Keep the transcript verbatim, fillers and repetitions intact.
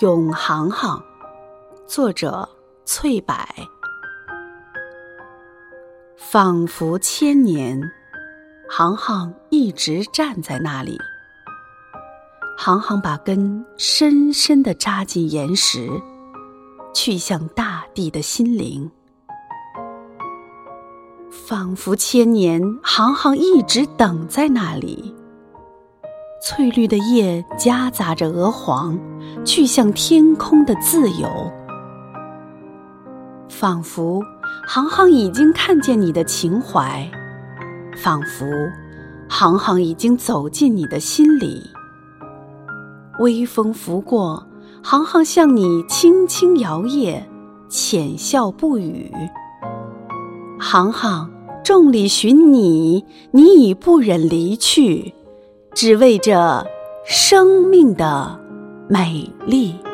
咏行行，作者翠柏。仿佛千年，行行一直站在那里。行行把根深深地扎进岩石，去向大地的心灵。仿佛千年，行行一直等在那里。翠绿的叶夹杂着鹅黄，去向天空的自由。仿佛行行已经看见你的情怀，仿佛行行已经走进你的心里。微风拂过，行行向你轻轻摇曳，浅笑不语。行行众里寻你，你已不忍离去，只为这生命的美丽。